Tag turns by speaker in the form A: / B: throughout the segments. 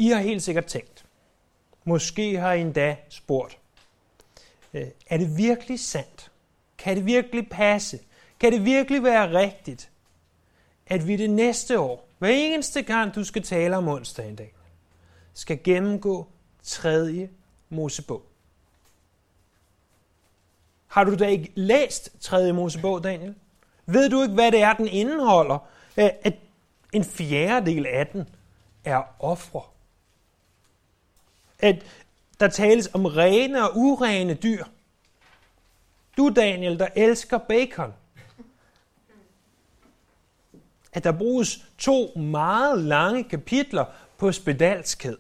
A: I har helt sikkert tænkt, måske har I endda spurgt, er det virkelig sandt? Kan det virkelig passe? Kan det virkelig være rigtigt, at vi det næste år, hver eneste gang du skal tale om onsdagen dag, skal gennemgå 3. Mosebog? Har du da ikke læst 3. Mosebog, Daniel? Ved du ikke, hvad det er, den indeholder? At en fjerdedel af den er ofre. At der tales om rene og urene dyr. Du, Daniel, der elsker bacon. At der bruges 2 meget lange kapitler på spedalskhed.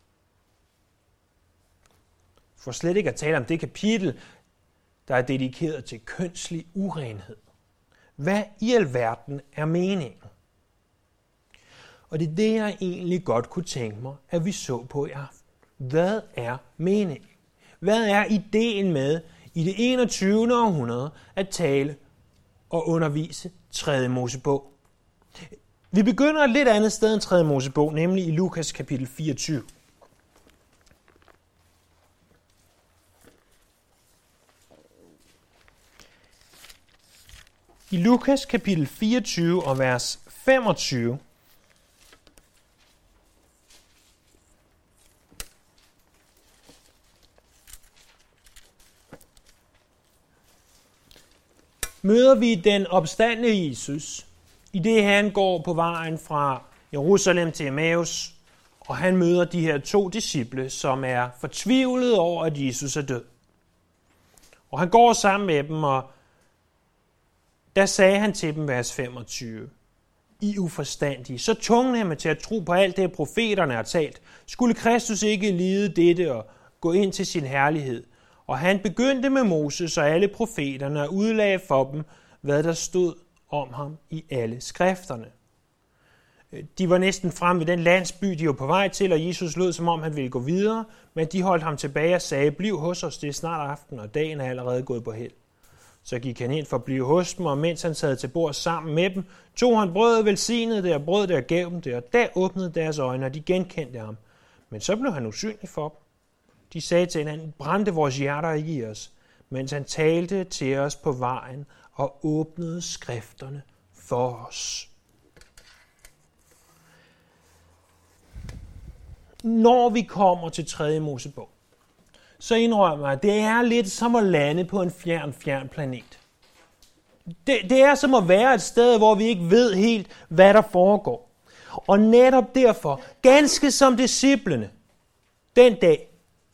A: For slet ikke at tale om det kapitel, der er dedikeret til kønslig urenhed. Hvad i alverden er meningen? Og det er det, jeg egentlig godt kunne tænke mig, at vi så på i aften. Hvad er meningen? Hvad er ideen med i det 21. århundrede at tale og undervise 3. Mosebog? Vi begynder et lidt andet sted end 3. Mosebog, nemlig i Lukas kapitel 24. I Lukas kapitel 24 og vers 25, møder vi den opstandne Jesus, i det han går på vejen fra Jerusalem til Emmaus, og han møder de her 2 disciple, som er fortvivlede over, at Jesus er død. Og han går sammen med dem, og der sagde han til dem, vers 25, I uforstandige, så tungnemme til at tro på alt det, profeterne har talt. Skulle Kristus ikke lide dette og gå ind til sin herlighed? Og han begyndte med Moses og alle profeterne og udlagde for dem, hvad der stod om ham i alle skrifterne. De var næsten frem ved den landsby, de var på vej til, og Jesus lød, som om han ville gå videre, men de holdt ham tilbage og sagde, bliv hos os, det er snart aften, og dagen er allerede gået på held. Så gik han ind for at blive hos dem, og mens han sad til bord sammen med dem, tog han brødet, velsignede det og brød det og gav dem det, og der åbnede deres øjne, og de genkendte ham. Men så blev han usynlig for dem. De sagde til hinanden, brændte vores hjerter ikke i os, mens han talte til os på vejen og åbnede skrifterne for os. Når vi kommer til 3. Mosebog, så indrømmer jeg, at det er lidt som at lande på en fjern planet. Det er som at være et sted, hvor vi ikke ved helt, hvad der foregår. Og netop derfor, ganske som disciplene, den dag,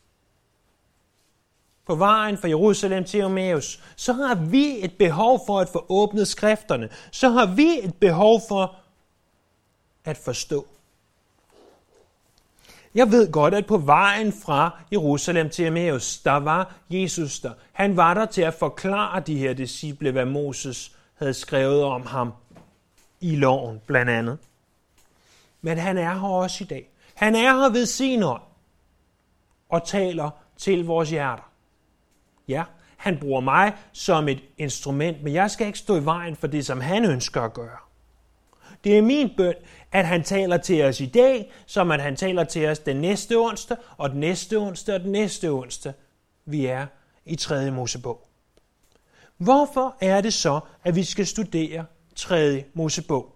A: på vejen fra Jerusalem til Emmaus, så har vi et behov for at få åbnet skrifterne. Så har vi et behov for at forstå. Jeg ved godt, at på vejen fra Jerusalem til Emmaus, der var Jesus der. Han var der til at forklare de her disciple, hvad Moses havde skrevet om ham i loven, blandt andet. Men han er her også i dag. Han er her ved sin ånd og taler til vores hjerter. Ja, han bruger mig som et instrument, men jeg skal ikke stå i vejen for det, som han ønsker at gøre. Det er min bøn, at han taler til os i dag, som at han taler til os den næste onsdag, og den næste onsdag, og den næste onsdag, vi er i 3. Mosebog. Hvorfor er det så, at vi skal studere 3. Mosebog?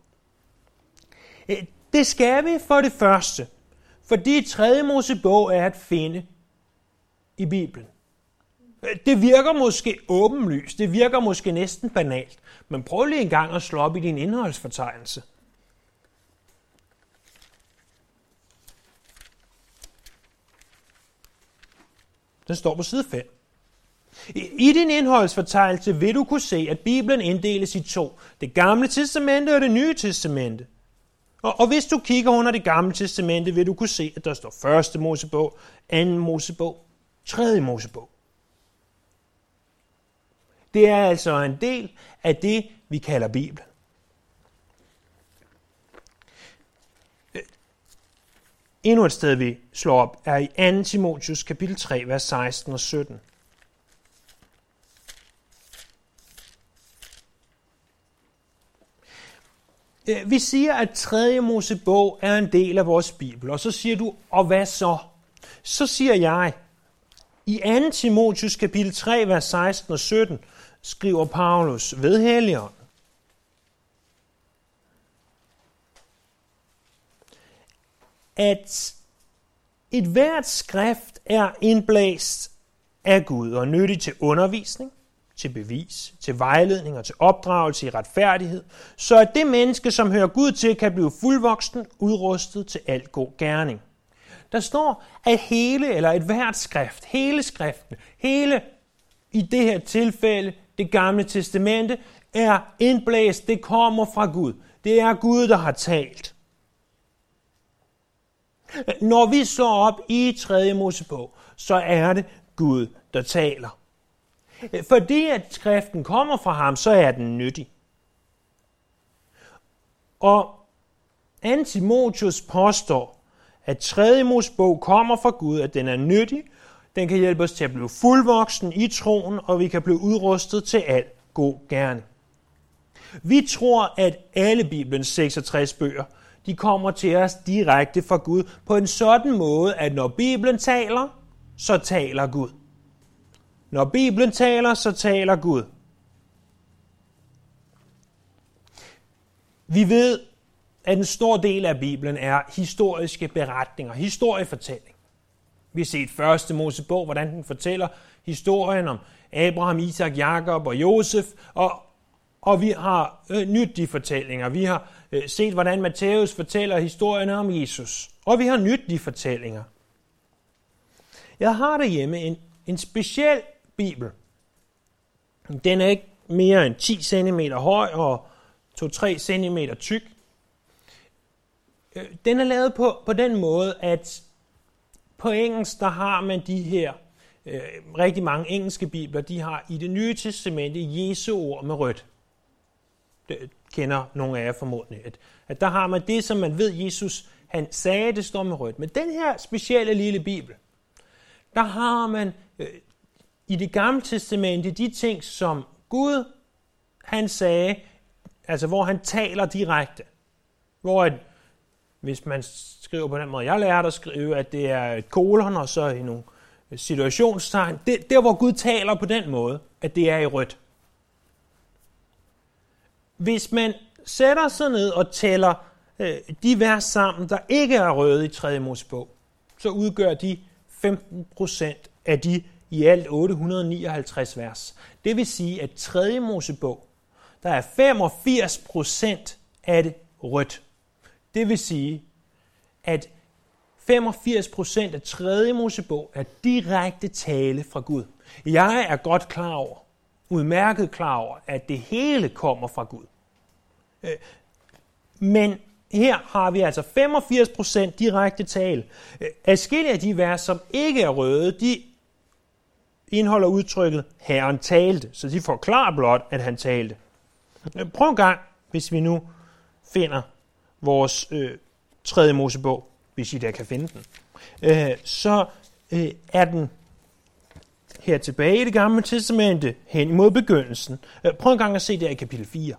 A: Det skal vi for det første, fordi 3. Mosebog er at finde i Bibelen. Det virker måske åbenlyst, det virker måske næsten banalt, men prøv lige en gang at slå op i din indholdsfortegnelse. Den står på side 5. I din indholdsfortegnelse vil du kunne se, at Bibelen inddeles i 2. Det gamle testamente og det nye testamente. Og hvis du kigger under det gamle testamente, vil du kunne se, at der står 1. Mosebog, 2. Mosebog, 3. Mosebog. Det er altså en del af det, vi kalder Bibelen. Endnu et sted, vi slår op, er i 2. Timotheus kapitel 3, vers 16 og 17. Vi siger, at 3. Mosebog er en del af vores Bibel, og så siger du, og hvad så? Så siger jeg, i 2. Timotheus kapitel 3, vers 16 og 17, skriver Paulus ved Helligånden, at et hvert skrift er indblæst af Gud og nyttig til undervisning, til bevis, til vejledning og til opdragelse i retfærdighed, så at det menneske, som hører Gud til, kan blive fuldvoksen, udrustet til al god gerning. Der står, at et hvert skrift, hele skriften, hele i det her tilfælde, det gamle testamente, er indblæst, det kommer fra Gud. Det er Gud, der har talt. Når vi slår op i 3. Mosebog, så er det Gud, der taler. Fordi at skriften kommer fra ham, så er den nyttig. Og 2. Timotheus påstår, at 3. Mosebog kommer fra Gud, at den er nyttig, den kan hjælpe os til at blive fuldvoksen i troen, og vi kan blive udrustet til al god gerning. Vi tror, at alle Bibelens 66 bøger, de kommer til os direkte fra Gud på en sådan måde, at når Bibelen taler, så taler Gud. Når Bibelen taler, så taler Gud. Vi ved, at en stor del af Bibelen er historiske beretninger, historiefortælling. Vi har set 1. Mosebog, hvordan den fortæller historien om Abraham, Isak, Jakob og Josef, og vi har nyt de fortællinger. Vi har set, hvordan Matthæus fortæller historien om Jesus, og vi har nyt de fortællinger. Jeg har derhjemme en speciel bibel. Den er ikke mere end 10 cm høj og 2-3 cm tyk. Den er lavet på den måde, at på engelsk, der har man de her, rigtig mange engelske bibler, de har i Det Nye Testamente Jesu ord med rødt. Det kender nogle af jer formodentlig. At der har man det, som man ved, Jesus han sagde, det står med rødt. Men den her specielle lille bibel, der har man i Det Gamle Testamente de ting, som Gud han sagde, altså hvor han taler direkte. Hvor hvis man skriver på den måde, jeg lærte at skrive, at det er et kolon og så i nogle situationstegn, der hvor Gud taler på den måde, at det er i rødt. Hvis man sætter sig ned og tæller de vers sammen, der ikke er røde i 3. Mosebog, så udgør de 15% af de i alt 859 vers. Det vil sige, at 3. Mosebog, der er 85% af det rødt. Det vil sige, at 85% af 3. Mosebog er direkte tale fra Gud. Jeg er godt klar over, udmærket klar over, at det hele kommer fra Gud. Men her har vi altså 85% direkte tale. Adskillige af de vers, som ikke er røde, de indeholder udtrykket Herren talte, så de forklarer blot, at han talte. Prøv en gang, hvis vi nu finder vores 3. Mosebog, hvis I da kan finde den, så er den her tilbage i Det Gamle Testamente hen imod begyndelsen. Prøv en gang at se der i kapitel 4.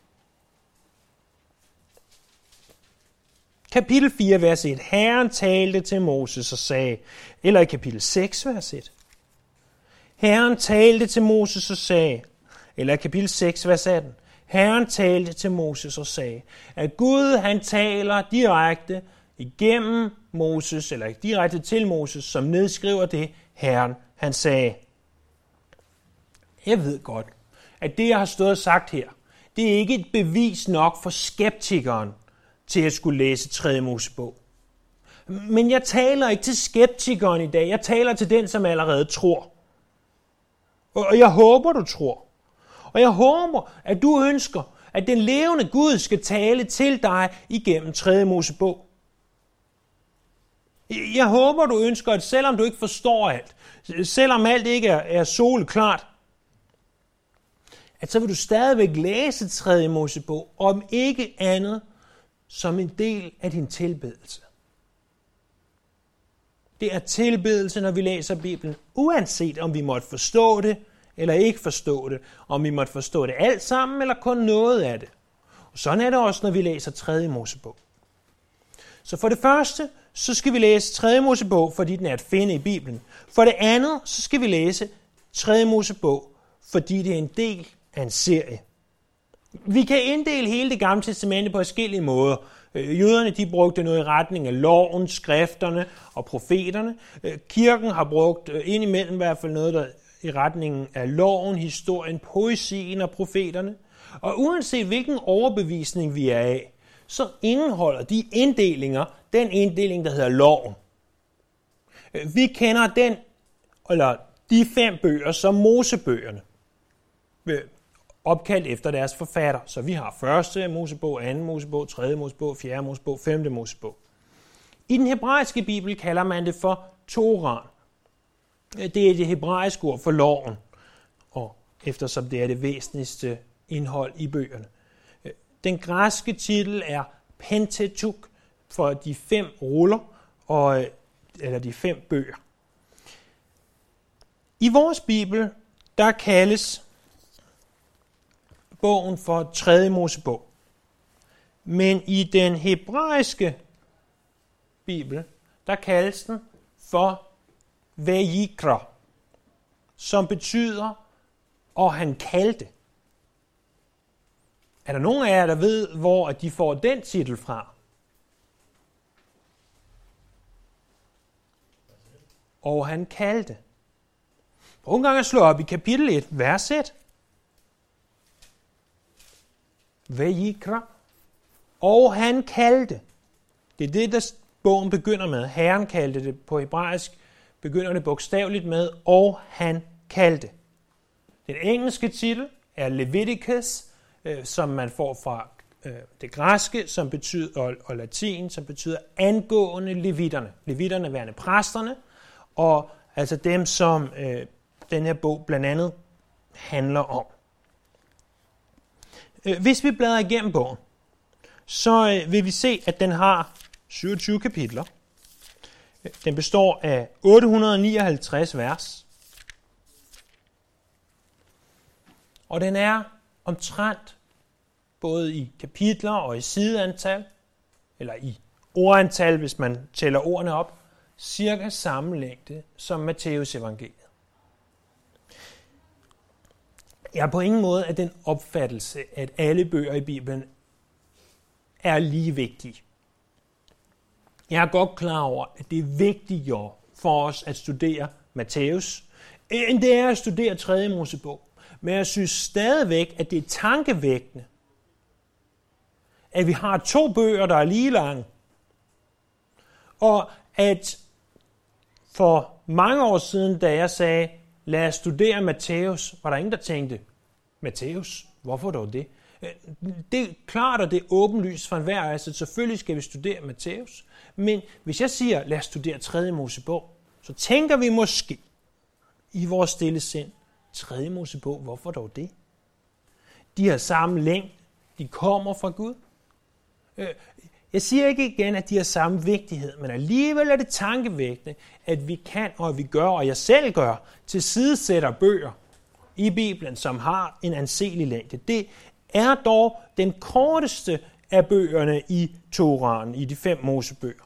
A: Kapitel 4, vers 1. Herren talte til Moses og sagde, eller i kapitel 6, vers 1. Herren talte til Moses og sagde, eller i kapitel 6, vers 18. Herren talte til Moses og sagde, at Gud han taler direkte igennem Moses, eller direkte til Moses, som nedskriver det, Herren han sagde. Jeg ved godt, at det jeg har stået og sagt her, det er ikke et bevis nok for skeptikeren til at skulle læse 3. Mosebog. Men jeg taler ikke til skeptikeren i dag, jeg taler til den, som allerede tror. Og jeg håber, du tror. Og jeg håber, at du ønsker, at den levende Gud skal tale til dig igennem 3. Mosebog. Jeg håber, du ønsker, at selvom du ikke forstår alt, selvom alt ikke er soleklart, at så vil du stadigvæk læse 3. Mosebog, om ikke andet som en del af din tilbedelse. Det er tilbedelse, når vi læser Bibelen, uanset om vi måtte forstå det, eller ikke forstå det, om vi måtte forstå det alt sammen, eller kun noget af det. Og sådan er det også, når vi læser 3. Mosebog. Så for det første, så skal vi læse 3. Mosebog, fordi den er at finde i Bibelen. For det andet, så skal vi læse 3. Mosebog, fordi det er en del af en serie. Vi kan inddele hele det gamle testamente på forskellige måder. Jøderne de brugte noget i retning af loven, skrifterne og profeterne. Kirken har brugt indimellem i hvert fald noget der i retningen af loven, historien, poesien og profeterne. Og uanset hvilken overbevisning vi er af, så indeholder de inddelinger den inddeling, der hedder loven. Vi kender de 5 bøger som Mosebøgerne, opkaldt efter deres forfatter. Så vi har 1. Mosebog, 2. Mosebog, 3. Mosebog, 4. Mosebog, 5. Mosebog. I den hebraiske bibel kalder man det for Toran. Det er det hebraiske ord for loven, og eftersom det er det væsentligste indhold i bøgerne. Den græske titel er Pentateuch for de 5 ruller, eller de 5 bøger. I vores bibel, der kaldes bogen for 3. Mosebog. Men i den hebraiske bibel, der kaldes den for Vayikra, som betyder, og han kaldte. Er der nogen af jer, der ved, hvor de får den titel fra? Og han kaldte. Nogle gange slå op i kapitel 1, vers 1. Vayikra. Og han kaldte. Det er det, der bogen begynder med. Herren kaldte det. På hebraisk begynder det bogstaveligt med, og han kaldte. Den engelske titel er Leviticus, som man får fra det græske, som betyder, og latin, som betyder angående levitterne. Levitterne værende præsterne, og altså dem, som den her bog blandt andet handler om. Hvis vi bladrer igennem bogen, så vil vi se, at den har 27 kapitler. Den består af 859 vers. Og den er omtrent både i kapitler og i sideantal, eller i ordantal, hvis man tæller ordene op, cirka samme længde som Matteus evangeliet. Jeg er på ingen måde af den opfattelse, at alle bøger i Bibelen er lige vigtige. Jeg er godt klar over, at det er vigtigere for os at studere Matteus, end det er at studere 3. Mosebog. Men jeg synes stadigvæk, at det er tankevækkende, at vi har 2 bøger, der er lige lange, og at for mange år siden, da jeg sagde, lad os studere Matteus, var der ingen, der tænkte, Matteus, hvorfor dog det? Det er klart, og det er åbenlyst for enhver, altså selvfølgelig skal vi studere Matteus, men hvis jeg siger, lad os studere 3. Mosebog, så tænker vi måske i vores stille sind, 3. Mosebog, hvorfor dog det? De har samme længde, de kommer fra Gud. Jeg siger ikke igen, at de har samme vigtighed, men alligevel er det tankevækkende, at vi kan, og vi gør, og jeg selv gør, tilsidesætter bøger i Bibelen, som har en anselig længde. Det er dog den korteste af bøgerne i Toraen, i de 5 Mosebøger.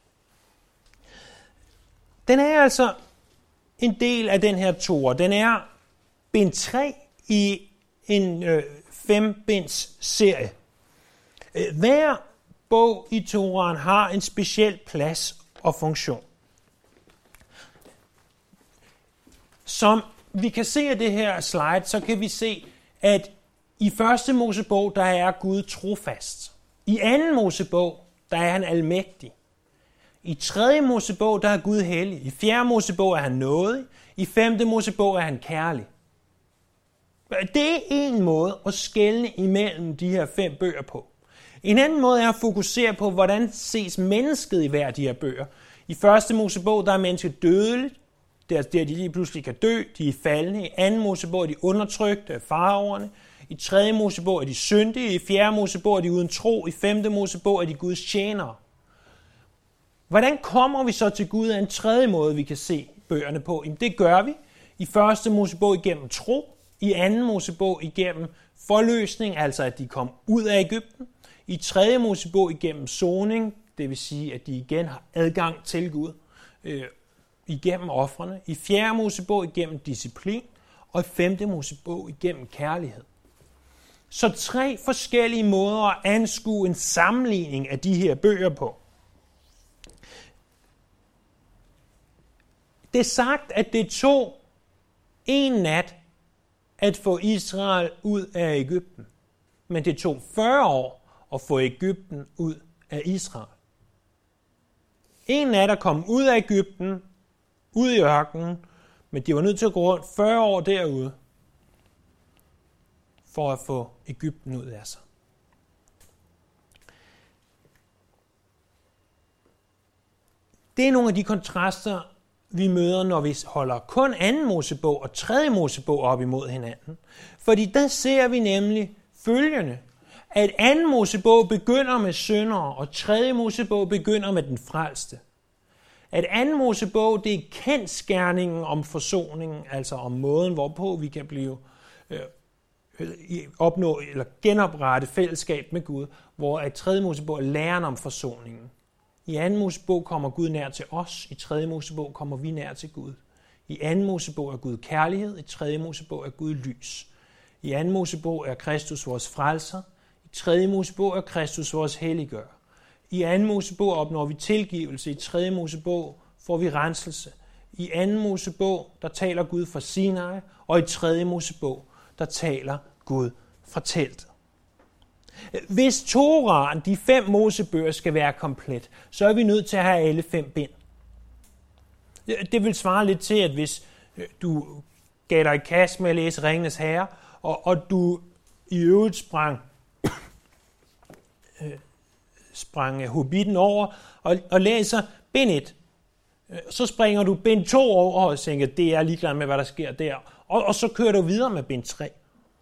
A: Den er altså en del af den her Tora. Den er bind 3 i en 5-binds serie. Hver bog i Toraen har en speciel plads og funktion. Som vi kan se af det her slide, så kan vi se, at i 1. Mosebog, der er Gud trofast. I 2. Mosebog, der er han almægtig. I 3. Mosebog, der er Gud hellig. I 4. Mosebog er han nådig. I 5. Mosebog er han kærlig. Det er en måde at skelne imellem de her 5 bøger på. En anden måde er at fokusere på, hvordan ses mennesket i hver af de her bøger. I 1. Mosebog, der er mennesket dødeligt. Det er der, de lige pludselig kan dø. De er faldne. I 2. Mosebog er de undertrykte af faraoerne. I 3. Mosebog er de syndige. I 4. Mosebog er de uden tro. I 5. Mosebog er de Guds tjenere. Hvordan kommer vi så til Gud af en tredje måde, vi kan se bøgerne på? Jamen, det gør vi i 1. Mosebog igennem tro. I 2. Mosebog igennem forløsning, altså at de kom ud af Egypten. I 3. Mosebog igennem soning, det vil sige, at de igen har adgang til Gud igennem ofrene. I 4. Mosebog igennem disciplin, og i 5. Mosebog igennem kærlighed. Så 3 forskellige måder at anskue en sammenligning af de her bøger på. Det er sagt, at det tog en nat at få Israel ud af Egypten. Men det tog 40 år at få Egypten ud af Israel. En nat at komme ud af Egypten, ud i ørkenen, men de var nødt til at gå rundt 40 år derude, for at få Egypten ud af sig. Det er nogle af de kontraster, vi møder, når vi holder kun 2. Mosebog og 3. Mosebog op imod hinanden. Fordi der ser vi nemlig følgende, at 2. Mosebog begynder med syndere, og 3. Mosebog begynder med den frelste. At 2. Mosebog, det er kendsgerningen om forsoningen, altså om måden, hvorpå vi kan blive opnå eller genoprette fællesskab med Gud, hvor at 3. Mosebog er læren om forsoningen. I 2. Mosebog kommer Gud nær til os, i 3. Mosebog kommer vi nær til Gud. I 2. Mosebog er Gud kærlighed, i 3. Mosebog er Gud lys. I 2. Mosebog er Kristus vores frelser, i 3. Mosebog er Kristus vores helliggør. I 2. Mosebog opnår vi tilgivelse, i 3. Mosebog får vi renselse. I 2. Mosebog, der taler Gud fra Sinai, og i 3. Mosebog, der taler Gud fra teltet. Hvis Toraen, de 5 Mosebøger, skal være komplet, så er vi nødt til at have alle 5 bind. Det vil svare lidt til, at hvis du gav dig i kast med at læse Ringenes Herre, og du i øvrigt sprang Hobbiten over og læser bind 1, så springer du bind 2 over og tænker, det er ligeglad med, hvad der sker der. Og så kører du videre med bind 3.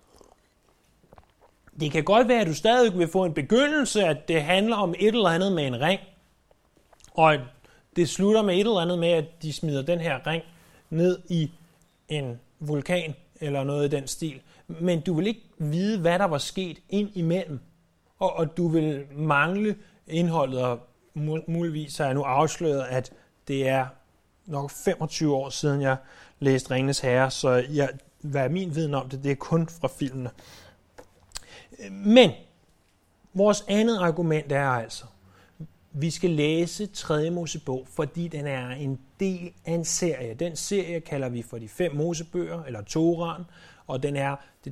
A: Det kan godt være, at du stadig vil få en begyndelse, at det handler om et eller andet med en ring. Og det slutter med et eller andet med, at de smider den her ring ned i en vulkan eller noget i den stil. Men du vil ikke vide, hvad der var sket ind imellem. Og du vil mangle indholdet, og muligvis har jeg nu afsløret, at det er nok 25 år siden, jeg læste Ringenes Herre, så hvad er min viden om det? Det er kun fra filmene. Men vores andet argument er altså, vi skal læse 3. Mosebog, fordi den er en del af en serie. Den serie kalder vi for de 5 Mosebøger, eller Toraen, og den er det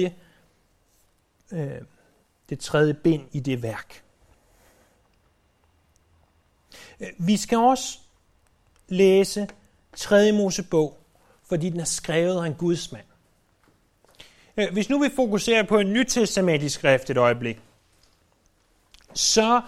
A: tredje bind i det værk. Vi skal også læse 3. Mosebog, fordi den er skrevet af en gudsmand. Hvis nu vi fokuserer på en nytestamentisk skrift et øjeblik, så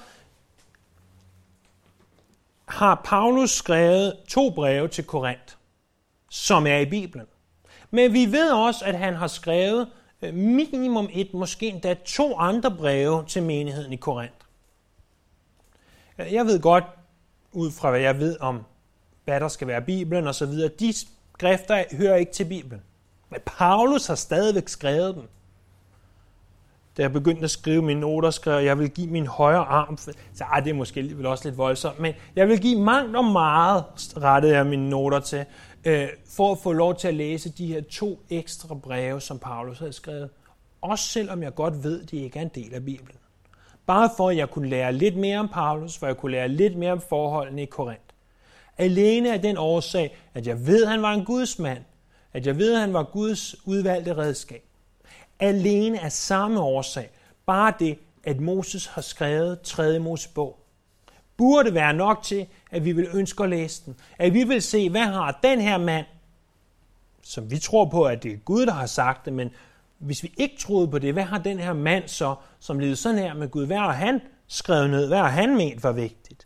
A: har Paulus skrevet 2 breve til Korinth, som er i Bibelen. Men vi ved også, at han har skrevet minimum 1, måske endda 2 andre breve til menigheden i Korinth. Jeg ved godt, ud fra hvad jeg ved om, hvad der skal være Bibelen og så videre, de skrifter hører ikke til Bibelen. Men Paulus har stadigvæk skrevet dem. Da jeg begyndte at skrive mine noter, skrev jeg vil give min højre arm. Så det er måske alligevel også lidt voldsomt, men jeg vil give mangt og meget, rettede jeg mine noter til, for at få lov til at læse de her 2 ekstra breve, som Paulus havde skrevet. Også selvom jeg godt ved, at de ikke er en del af Bibelen. Bare for at jeg kunne lære lidt mere om Paulus, for at jeg kunne lære lidt mere om forholdene i Korinth. Alene af den årsag, at jeg ved, at han var en Guds mand, at jeg ved, at han var Guds udvalgte redskab. Alene af samme årsag, bare det, at Moses har skrevet 3. Mosebog, burde være nok til, at vi vil ønske at læse den. At vi vil se, hvad har den her mand, som vi tror på, at det er Gud, der har sagt det, men hvis vi ikke troede på det, hvad har den her mand så, som levede sådan her med Gud, hvad har han skrevet ned, hvad har han ment var vigtigt?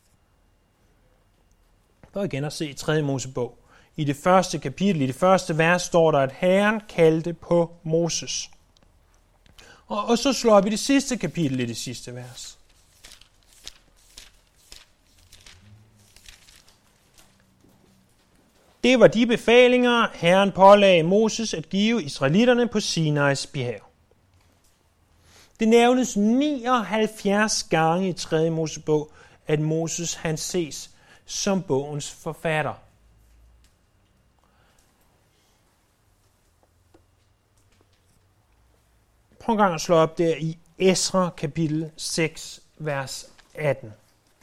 A: For igen at se 3. Mosebog. I det første kapitel, i det første vers, står der, at Herren kaldte på Moses. Og så slår vi det sidste kapitel i det sidste vers. Det var de befalinger, Herren pålagde Moses at give israelitterne på Sinais bjerg. Det nævnes 79 gange i 3. Mosebog, at Moses han ses som bogens forfatter. Prøv en gang at slå op der i Esra kapitel 6, vers 18.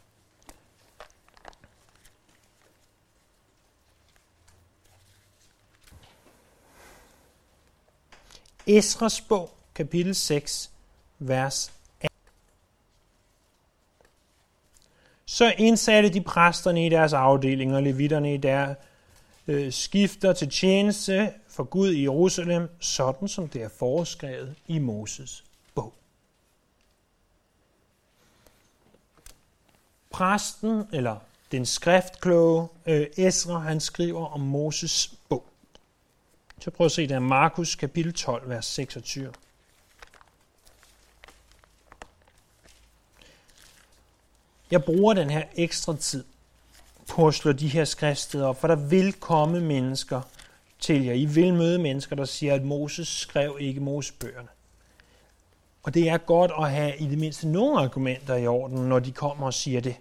A: Esras bog, kapitel 6, vers 18. Så indsatte de præsterne i deres afdelinger, levitterne i deres skifter til tjeneste for Gud i Jerusalem, sådan som det er foreskrevet i Moses bog. Præsten, eller den skriftkloge Esra, han skriver om Moses bog. Så prøv at se der, Markus kapitel 12, vers 26. Jeg bruger den her ekstra tid på at slå de her skriftsteder op, for der vil komme mennesker til jer. I vil møde mennesker, der siger, at Moses skrev ikke Mosebøgerne. Og det er godt at have i det mindste nogle argumenter i orden, når de kommer og siger det.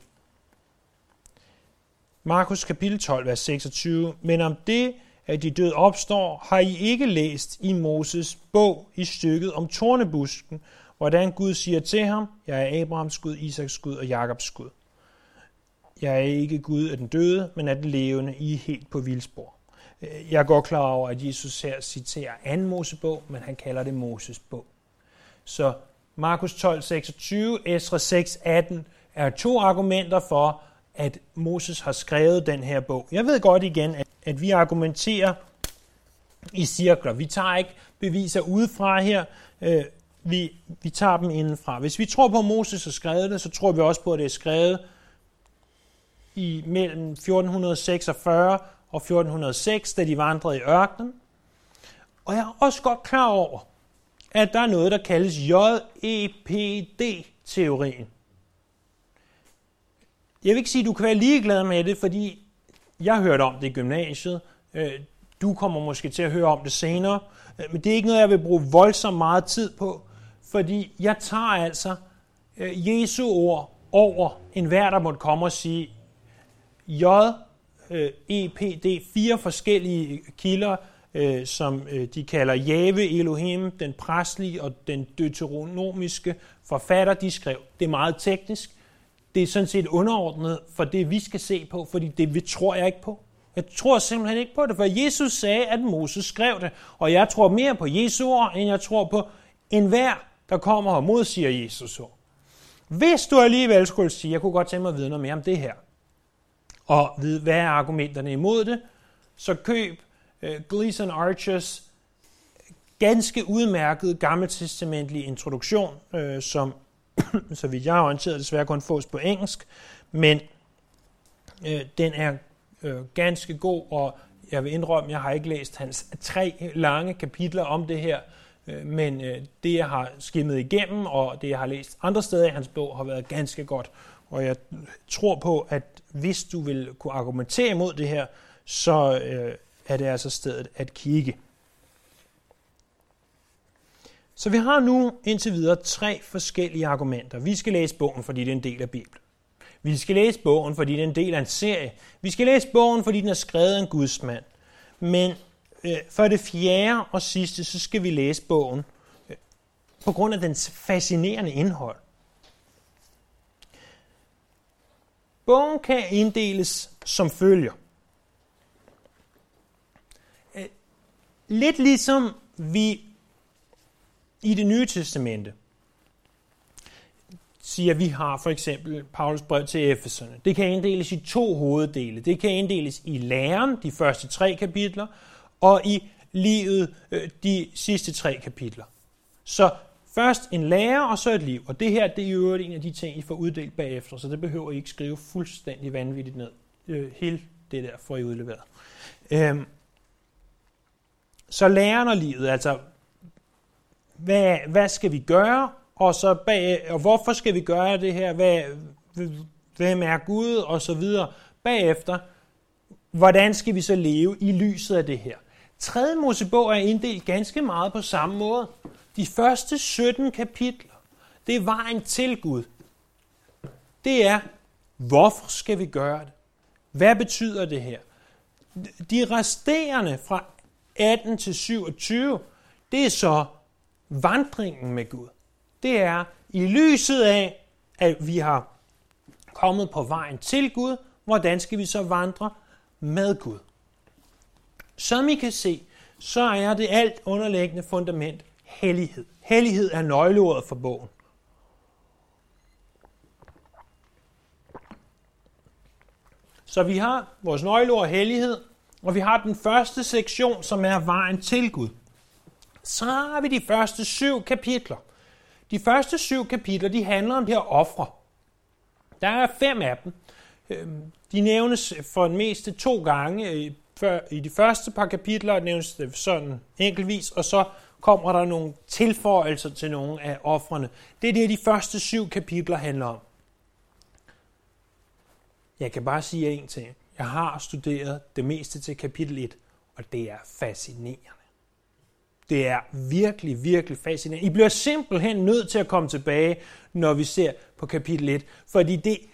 A: Markus kapitel 12, vers 26. Men om det, at de døde opstår, har I ikke læst i Moses bog i stykket om tornebusken, hvordan Gud siger til ham, jeg er Abrahams Gud, Isaks Gud og Jakobs Gud. Jeg er ikke Gud af den døde, men af den levende, I er helt på vildspor. Jeg er godt klar over, at Jesus her citerer 2. Mosebog, men han kalder det Moses bog. Så Markus 12, 26, Esra 6, 18 er 2 argumenter for, at Moses har skrevet den her bog. Jeg ved godt igen, at vi argumenterer i cirkler. Vi tager ikke beviser udefra her. Vi tager dem indenfra. Hvis vi tror på, at Moses har skrevet det, så tror vi også på, at det er skrevet i mellem 1446 og 1406, da de vandrede i ørkenen. Og jeg er også godt klar over, at der er noget, der kaldes JEPD-teorien. Jeg vil ikke sige, at du kan være ligeglad med det, fordi jeg hørte om det i gymnasiet. Du kommer måske til at høre om det senere. Men det er ikke noget, jeg vil bruge voldsomt meget tid på, fordi jeg tager altså Jesu ord over enhver, der måtte komme og sige JEPD, 4 forskellige kilder, som de kalder Jave, Elohim, den præstlige og den deuteronomiske forfatter, de skrev. Det er meget teknisk. Det er sådan set underordnet for det, vi skal se på, fordi det tror jeg ikke på. Jeg tror simpelthen ikke på det, for Jesus sagde, at Moses skrev det, og jeg tror mere på Jesu ord, end jeg tror på enhver, der kommer og modsiger Jesus ord. Hvis du alligevel skulle sige, jeg kunne godt tænke mig at vide noget mere om det her, og vide, hvad er argumenterne imod det, så køb Gleason Archers ganske udmærket gammeltestamentlige introduktion, som, så vidt jeg har orienteret, desværre kun fås på engelsk, men den er ganske god, og jeg vil indrømme, jeg har ikke læst hans 3 lange kapitler om det her, men det, jeg har skimmet igennem, og det, jeg har læst andre steder i hans bog, har været ganske godt. Og jeg tror på, at hvis du vil kunne argumentere imod det her, så er det altså stedet at kigge. Så vi har nu indtil videre 3 forskellige argumenter. Vi skal læse bogen, fordi det er en del af Bibelen. Vi skal læse bogen, fordi det er en del af en serie. Vi skal læse bogen, fordi den er skrevet af en gudsmand. Men for det 4. og sidste, så skal vi læse bogen på grund af dens fascinerende indhold. Bogen kan inddeles som følger. Lidt ligesom vi i Det Nye Testamente siger, vi har for eksempel Paulus brev til Efeserne. Det kan inddeles i 2 hoveddele. Det kan inddeles i læren, de første 3 kapitler, og i livet, de sidste 3 kapitler. Så først en lære, og så et liv. Og det her, det er jo en af de ting, I får uddelt bagefter, så det behøver I ikke skrive fuldstændig vanvittigt ned. Hele det der får I udleveret. Så læren og livet, altså hvad skal vi gøre, og så og hvorfor skal vi gøre det her, hvem er Gud, og så videre. Bagefter hvordan skal vi så leve i lyset af det her? 3. Mosebog er inddelt ganske meget på samme måde. De første 17 kapitler, det er vejen til Gud. Det er, hvorfor skal vi gøre det? Hvad betyder det her? De resterende fra 18 til 27, det er så vandringen med Gud. Det er i lyset af, at vi har kommet på vejen til Gud, hvordan skal vi så vandre med Gud? Som I kan se, så er det alt underliggende fundament hellighed. Hellighed er nøgleordet for bogen. Så vi har vores nøgleord hellighed, og vi har den første sektion, som er vejen til Gud. Så har vi de første 7 kapitler. De første 7 kapitler, de handler om de her ofre. Der er 5 af dem. De nævnes for det meste 2 gange. I de første par kapitler nævnes det sådan enkeltvis, og så kommer der nogle tilføjelser til nogle af ofrene. Det er det, de første 7 kapitler handler om. Jeg kan bare sige en ting. Jeg har studeret det meste til kapitel 1, og det er fascinerende. Det er virkelig, virkelig fascinerende. I bliver simpelthen nødt til at komme tilbage, når vi ser på kapitel 1, fordi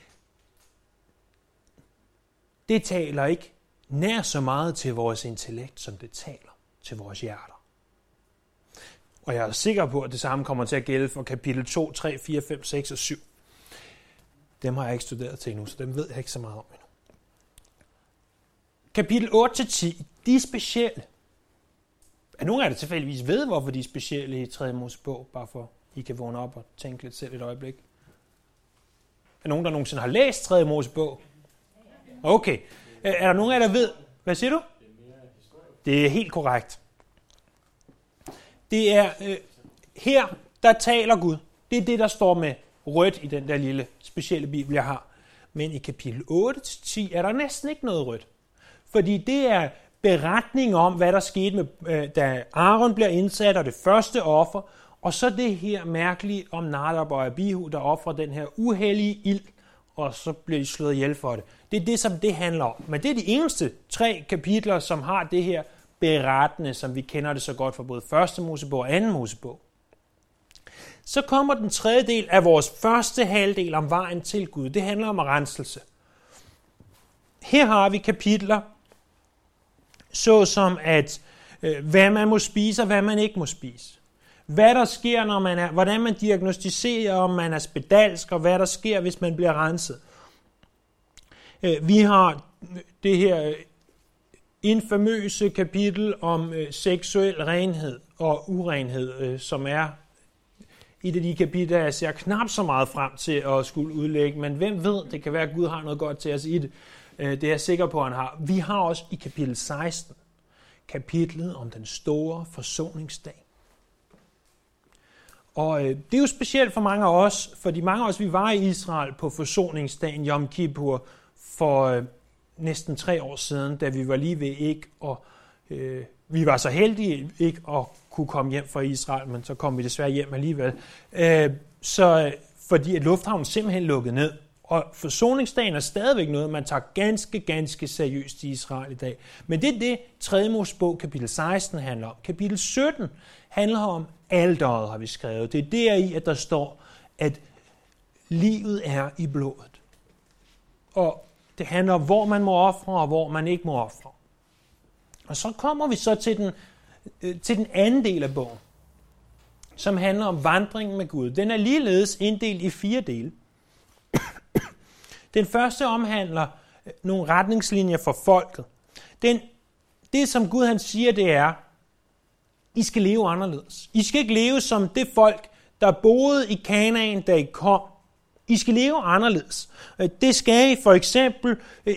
A: det taler ikke nær så meget til vores intellekt, som det taler til vores hjerter. Og jeg er sikker på, at det samme kommer til at gælde for kapitel 2, 3, 4, 5, 6 og 7. Dem har jeg ikke studeret til endnu, så dem ved jeg ikke så meget om endnu. Kapitel 8-10, de er specielle. Er nogen af jer tilfældigvis ved, hvorfor de er specielle i 3. Mosebog, bare for I kan vågne op og tænke lidt selv et øjeblik? Er nogen, der nogensinde har læst 3. Mosebog? Okay. Er der nogen af jer, der ved? Hvad siger du? Det er helt korrekt. Det er her, der taler Gud. Det er det, der står med rødt i den der lille specielle bibel, jeg har. Men i kapitel 8-10 er der næsten ikke noget rødt. Fordi det er beretning om, hvad der skete, da Aaron bliver indsat, og det første offer, og så det her mærkelige om Nadab og Abihu, der offrer den her uhellige ild, og så bliver de slået ihjel for det. Det er det, som det handler om. Men det er de eneste 3 kapitler, som har det her berettende, som vi kender det så godt fra både 1. Mosebog og 2. Mosebog. Så kommer den 3. del af vores første halvdel om vejen til Gud. Det handler om renselse. Her har vi kapitler, såsom at hvad man må spise og hvad man ikke må spise. Hvad der sker, når man hvordan man diagnostiserer, om man er spedalsk, og hvad der sker, hvis man bliver renset. Vi har det her infamøse kapitel om seksuel renhed og urenhed, som er et af de kapitler, jeg ser knap så meget frem til at skulle udlægge, men hvem ved, det kan være, at Gud har noget godt til os i det. Det er jeg sikker på, at han har. Vi har også i kapitel 16 kapitlet om den store forsoningsdag. Og det er jo specielt for mange af os, fordi mange af os, vi var i Israel på forsoningsdagen Yom Kippur for næsten 3 år siden, da vi var lige ved ikke, og vi var så heldige ikke at kunne komme hjem fra Israel, men så kom vi desværre hjem alligevel. Fordi at lufthavnen simpelthen lukkede ned. Og forsoningsdagen er stadigvæk noget, man tager ganske seriøst i Israel i dag. Men det er det, 3. Mosebog kapitel 16 handler om. Kapitel 17 handler om alteret, har vi skrevet. Det er deri, at der står, at livet er i blodet. Og det handler om, hvor man må ofre, og hvor man ikke må ofre. Og så kommer vi så til den anden del af bogen, som handler om vandringen med Gud. Den er ligeledes inddelt i 4 dele. Den første omhandler nogle retningslinjer for folket. Det, som Gud han siger, det er, I skal leve anderledes. I skal ikke leve som det folk, der boede i Kanaan, da I kom. I skal leve anderledes. Det skal I for eksempel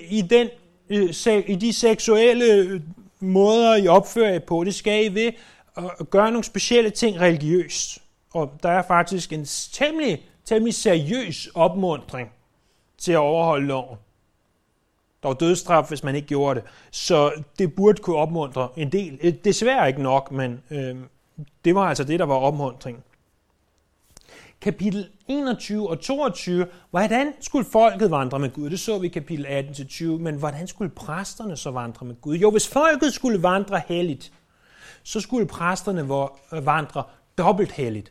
A: i de seksuelle måder, I opfører jer på. Det skal I ved at gøre nogle specielle ting religiøst. Og der er faktisk en temmelig seriøs opmuntring til at overholde loven. Der var dødsstraf, hvis man ikke gjorde det. Så det burde kunne opmuntre en del. Desværre ikke nok, men det var altså det, der var opmuntringen. Kapitel 21 og 22, hvordan skulle folket vandre med Gud? Det så vi i kapitel 18-20, men hvordan skulle præsterne så vandre med Gud? Jo, hvis folket skulle vandre helligt, så skulle præsterne vandre dobbelt helligt.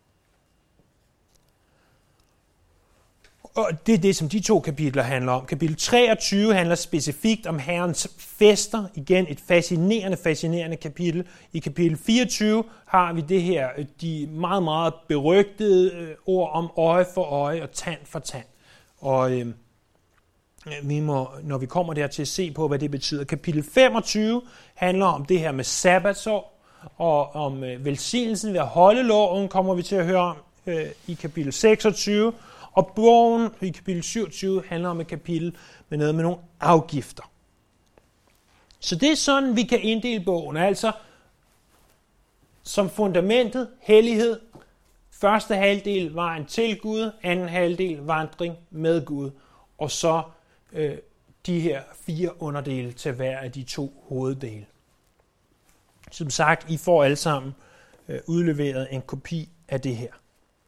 A: Og det er det, som de to kapitler handler om. Kapitel 23 handler specifikt om Herrens fester. Igen et fascinerende kapitel. I kapitel 24 har vi det her, de meget, meget berygtede ord om øje for øje og tand for tand. Og vi må, når vi kommer der til at se på, hvad det betyder. Kapitel 25 handler om det her med sabbatsår, og om velsignelsen ved at holde loven, kommer vi til at høre om i kapitel 26. Og bogen i kapitel 27 handler om et kapitel med noget med nogle afgifter. Så det er sådan, vi kan inddele bogen. Altså som fundamentet, hellighed. Første halvdel vejen til Gud, anden halvdel vandring med Gud. Og så de her 4 underdele til hver af de 2 hoveddele. Som sagt, I får alle sammen udleveret en kopi af det her.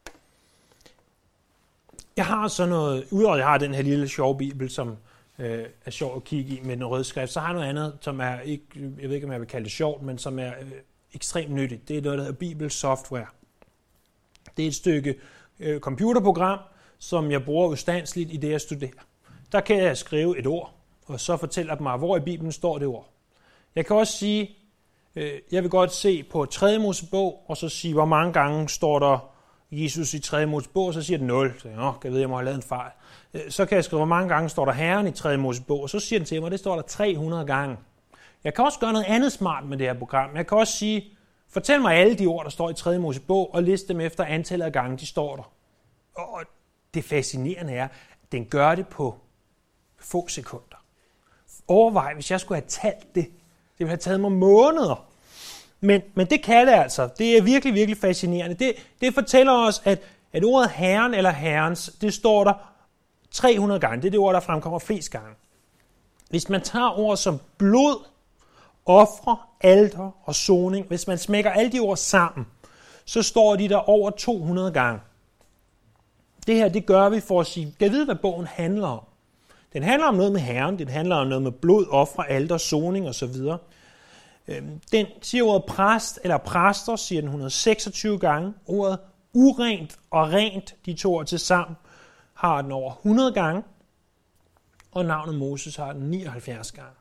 A: Jeg har så noget, udover at jeg har den her lille sjove bibel, som er sjov at kigge i med den røde skrift, så har jeg noget andet, som er ikke, jeg ved ikke, om jeg vil kalde det sjovt, men som er ekstremt nyttigt. Det er noget, der hedder bibelsoftware. Det er et stykke computerprogram, som jeg bruger ustandsligt i det, jeg studerer. Der kan jeg skrive et ord, og så fortæller mig, hvor i Bibelen står det ord. Jeg kan også sige, jeg vil godt se på 3. Mosebog, og så sige, hvor mange gange står der Jesus i 3. Mosebog, så siger den 0. Så jeg må have lavet en fejl. Så kan jeg skrive, hvor mange gange står der Herren i 3. Mosebog, og så siger den til mig, det står der 300 gange. Jeg kan også gøre noget andet smart med det her program. Jeg kan også sige, fortæl mig alle de ord, der står i 3. Mosebog, og liste dem efter antallet af gange, de står der. Og det fascinerende er, at den gør det på få sekunder. Overvej, hvis jeg skulle have talt det. Det ville have taget mig måneder. Men det kan det altså. Det er virkelig, virkelig fascinerende. Det fortæller os, at ordet Herren eller Herrens, det står der 300 gange. Det er det ord, der fremkommer flest gange. Hvis man tager ord som blod, ofre, alter og soning, hvis man smækker alle de ord sammen, så står de der over 200 gange. Det her, det gør vi for at sige, kan vide, hvad bogen handler om. Den handler om noget med Herren, den handler om noget med blod, ofre, alter, soning osv. Den siger ordet præst eller præster, siger den 126 gange. Ordet urent og rent, de 2 ord til sammen, har den over 100 gange. Og navnet Moses har den 79 gange.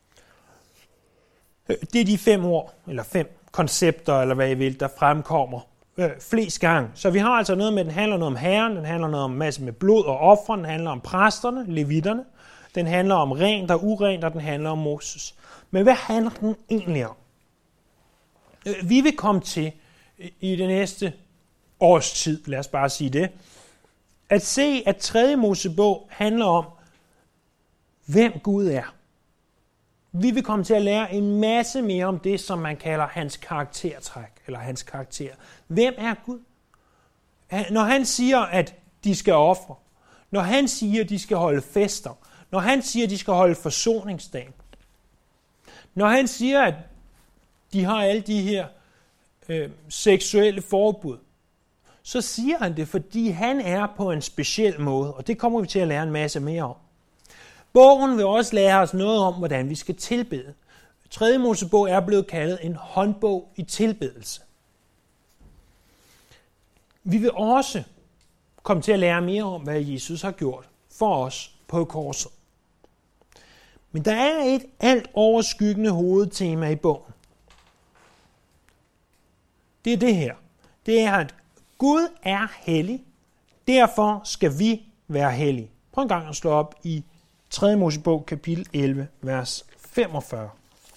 A: Det er de 5 ord, eller 5 koncepter, eller hvad I vil, der fremkommer flest gange. Så vi har altså noget med, den handler noget om Herren, den handler noget om masse med blod og ofre, den handler om præsterne, levitterne, den handler om rent og urent, og den handler om Moses. Men hvad handler den egentlig om? Vi vil komme til i det næste års tid, lad os bare sige det, at se, at 3. Mosebog handler om, hvem Gud er. Vi vil komme til at lære en masse mere om det, som man kalder hans karaktertræk, eller hans karakter. Hvem er Gud? Når han siger, at de skal ofre, når han siger, at de skal holde fester, når han siger, at de skal holde forsoningsdagen, når han siger, at de har alle de her seksuelle forbud, så siger han det, fordi han er på en speciel måde, og det kommer vi til at lære en masse mere om. Bogen vil også lære os noget om, hvordan vi skal tilbede. 3. Mosebog er blevet kaldet en håndbog i tilbedelse. Vi vil også komme til at lære mere om, hvad Jesus har gjort for os på korset. Men der er et alt overskyggende hovedtema i bogen. Det er det her. Det er, at Gud er hellig. Derfor skal vi være hellige. Prøv en gang at slå op i 3. Mosebog, kapitel 11, vers 45.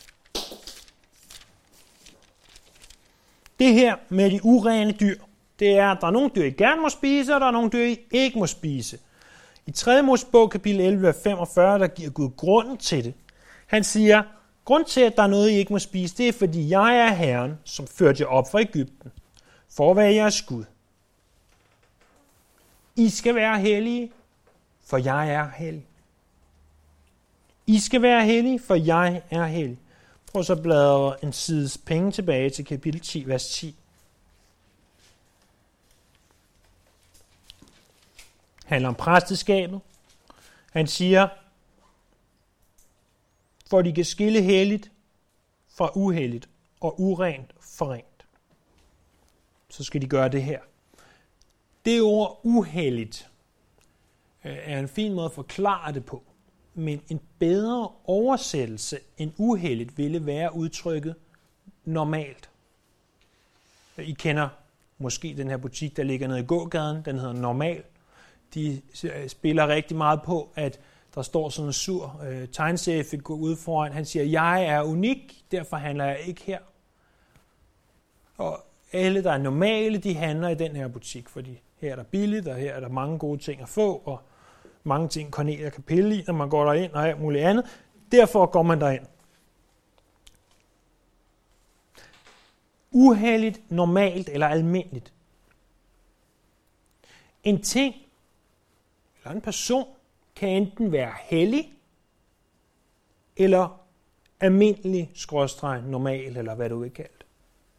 A: Det her med de urene dyr, det er, at der er nogle dyr, I gerne må spise, og der er nogle dyr, I ikke må spise. I 3. Mosebog, kapitel 11, vers 45, der giver Gud grunden til det. Han siger, grund til, at der er noget, I ikke må spise, det er, fordi jeg er Herren, som førte jer op fra Egypten, for at være jeres Gud. I skal være hellige, for jeg er hellig. I skal være hellige, for jeg er hellig. Prøv så at bladre en sides penge tilbage til kapitel 10, vers 10. handler om præsteskabet. Han siger, for de kan skille helligt fra uhelligt og urent fra rent. Så skal de gøre det her. Det ord uhelligt er en fin måde at forklare det på. Men en bedre oversættelse end uheldigt ville være udtrykket normalt. I kender måske den her butik, der ligger nede i gågaden. Den hedder Normal. De spiller rigtig meget på, at der står sådan en sur tegneseriefigur ude foran. Han siger, jeg er unik, derfor handler jeg ikke her. Og alle, der er normale, de handler i den her butik, fordi her er der billigt, og her er der mange gode ting at få, og mange ting, Cornelia kan pille i, når man går derind, og alt muligt andet. Derfor går man derind. Uheldigt, normalt eller almindeligt. En ting eller en person kan enten være hellig, eller almindelig, normal, eller hvad du vil kalde det.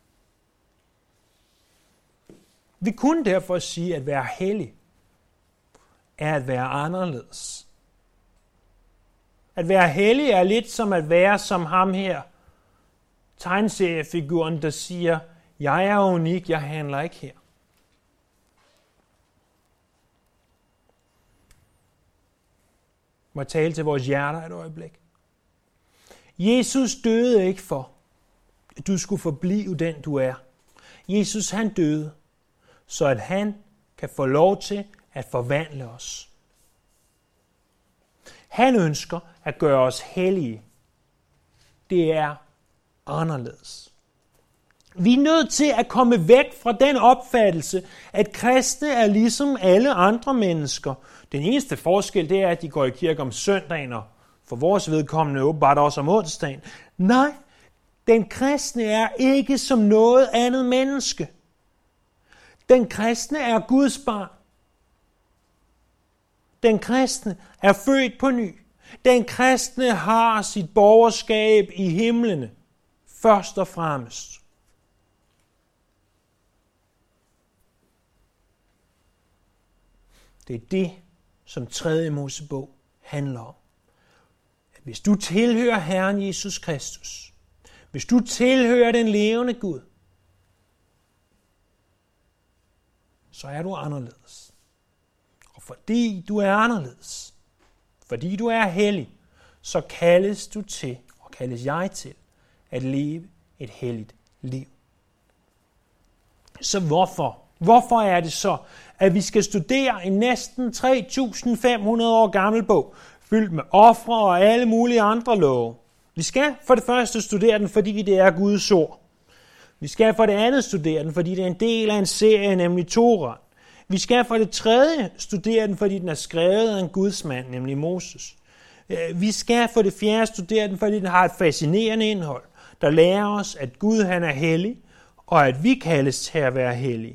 A: Vi kunne derfor sige, at være hellig er at være anderledes. At være hellig er lidt som at være som ham her, tegneseriefiguren, der siger, jeg er unik, jeg handler ikke her. Må jeg tale til vores hjerter et øjeblik. Jesus døde ikke for, at du skulle forblive den, du er. Jesus, han døde, så at han kan få lov til at forvandle os. Han ønsker at gøre os hellige. Det er anderledes. Vi er nødt til at komme væk fra den opfattelse, at kristne er ligesom alle andre mennesker. Den eneste forskel, det er, at de går i kirke om søndagen, og for vores vedkommende åbenbart også om onsdagen. Nej, den kristne er ikke som noget andet menneske. Den kristne er Guds barn. Den kristne er født på ny. Den kristne har sit borgerskab i himlene, først og fremmest. Det er det, som 3. Mosebog handler om. At hvis du tilhører Herren Jesus Kristus, hvis du tilhører den levende Gud, så er du anderledes. Og fordi du er anderledes, fordi du er hellig, så kaldes du til, og kaldes jeg til, at leve et helligt liv. Så hvorfor er det så, at vi skal studere en næsten 3.500 år gammel bog, fyldt med ofre og alle mulige andre love? Vi skal for det første studere den, fordi det er Guds ord. Vi skal for det andet studere den, fordi det er en del af en serie, nemlig Torah. Vi skal for det tredje studere den, fordi den er skrevet af en gudsmand, nemlig Moses. Vi skal for det fjerde studere den, fordi den har et fascinerende indhold, der lærer os, at Gud han er hellig, og at vi kaldes til at være hellige.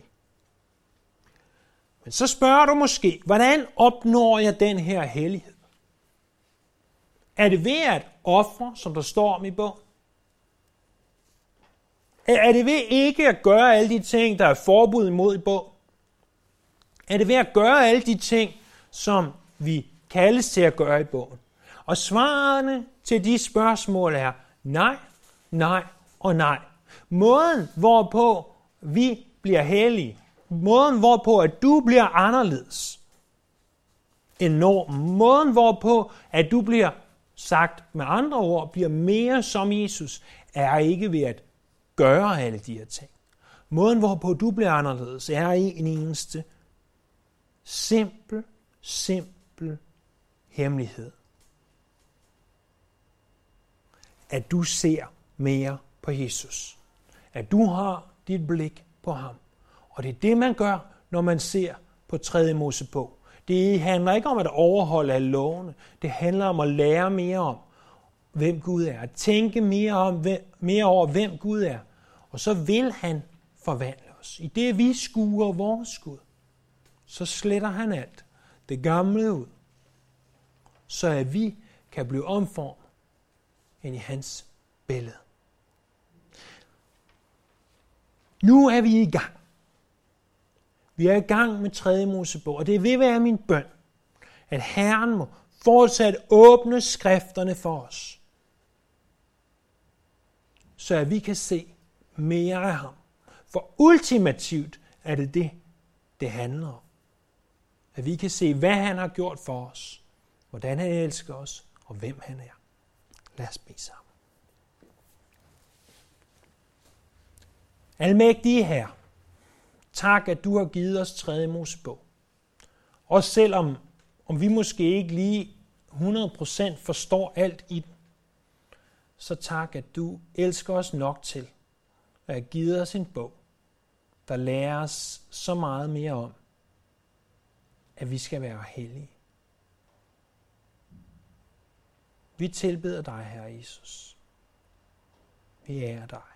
A: Men så spørger du måske, hvordan opnår jeg den her hellighed? Er det ved at ofre, som der står om i bogen? Er det ved ikke at gøre alle de ting, der er forbud imod i bogen? Er det ved at gøre alle de ting, som vi kaldes til at gøre i bogen? Og svarene til de spørgsmål er nej, nej og nej. Måden, hvorpå vi bliver hellige, måden, hvorpå at du bliver anderledes end normen, måden, hvorpå at du bliver sagt med andre ord, bliver mere som Jesus, er ikke ved at gøre alle de her ting. Måden, hvorpå du bliver anderledes, er en eneste simpel hemmelighed. At du ser mere på Jesus. At du har dit blik på ham. Og det er det, man gør, når man ser på 3. Mosebog. Det handler ikke om at overholde alle lovene. Det handler om at lære mere om, hvem Gud er. At tænke mere over, hvem Gud er. Og så vil han forvandle os. I det vi skuer vores Gud, så sletter han alt det gamle ud, så at vi kan blive omformet ind i hans billede. Nu er vi i gang. Vi er i gang med 3. Mosebog, og det vil være min bøn, at Herren må fortsat åbne skrifterne for os, så at vi kan se mere af ham. For ultimativt er det handler om. At vi kan se, hvad han har gjort for os, hvordan han elsker os, og hvem han er. Lad os bede sammen. Almægtige Herre, tak, at du har givet os 3. Mosebog. Også selvom vi måske ikke lige 100% forstår alt i den, så tak, at du elsker os nok til at have givet os en bog, der lærer os så meget mere om, at vi skal være hellige. Vi tilbeder dig, Herre Jesus. Vi ærer dig.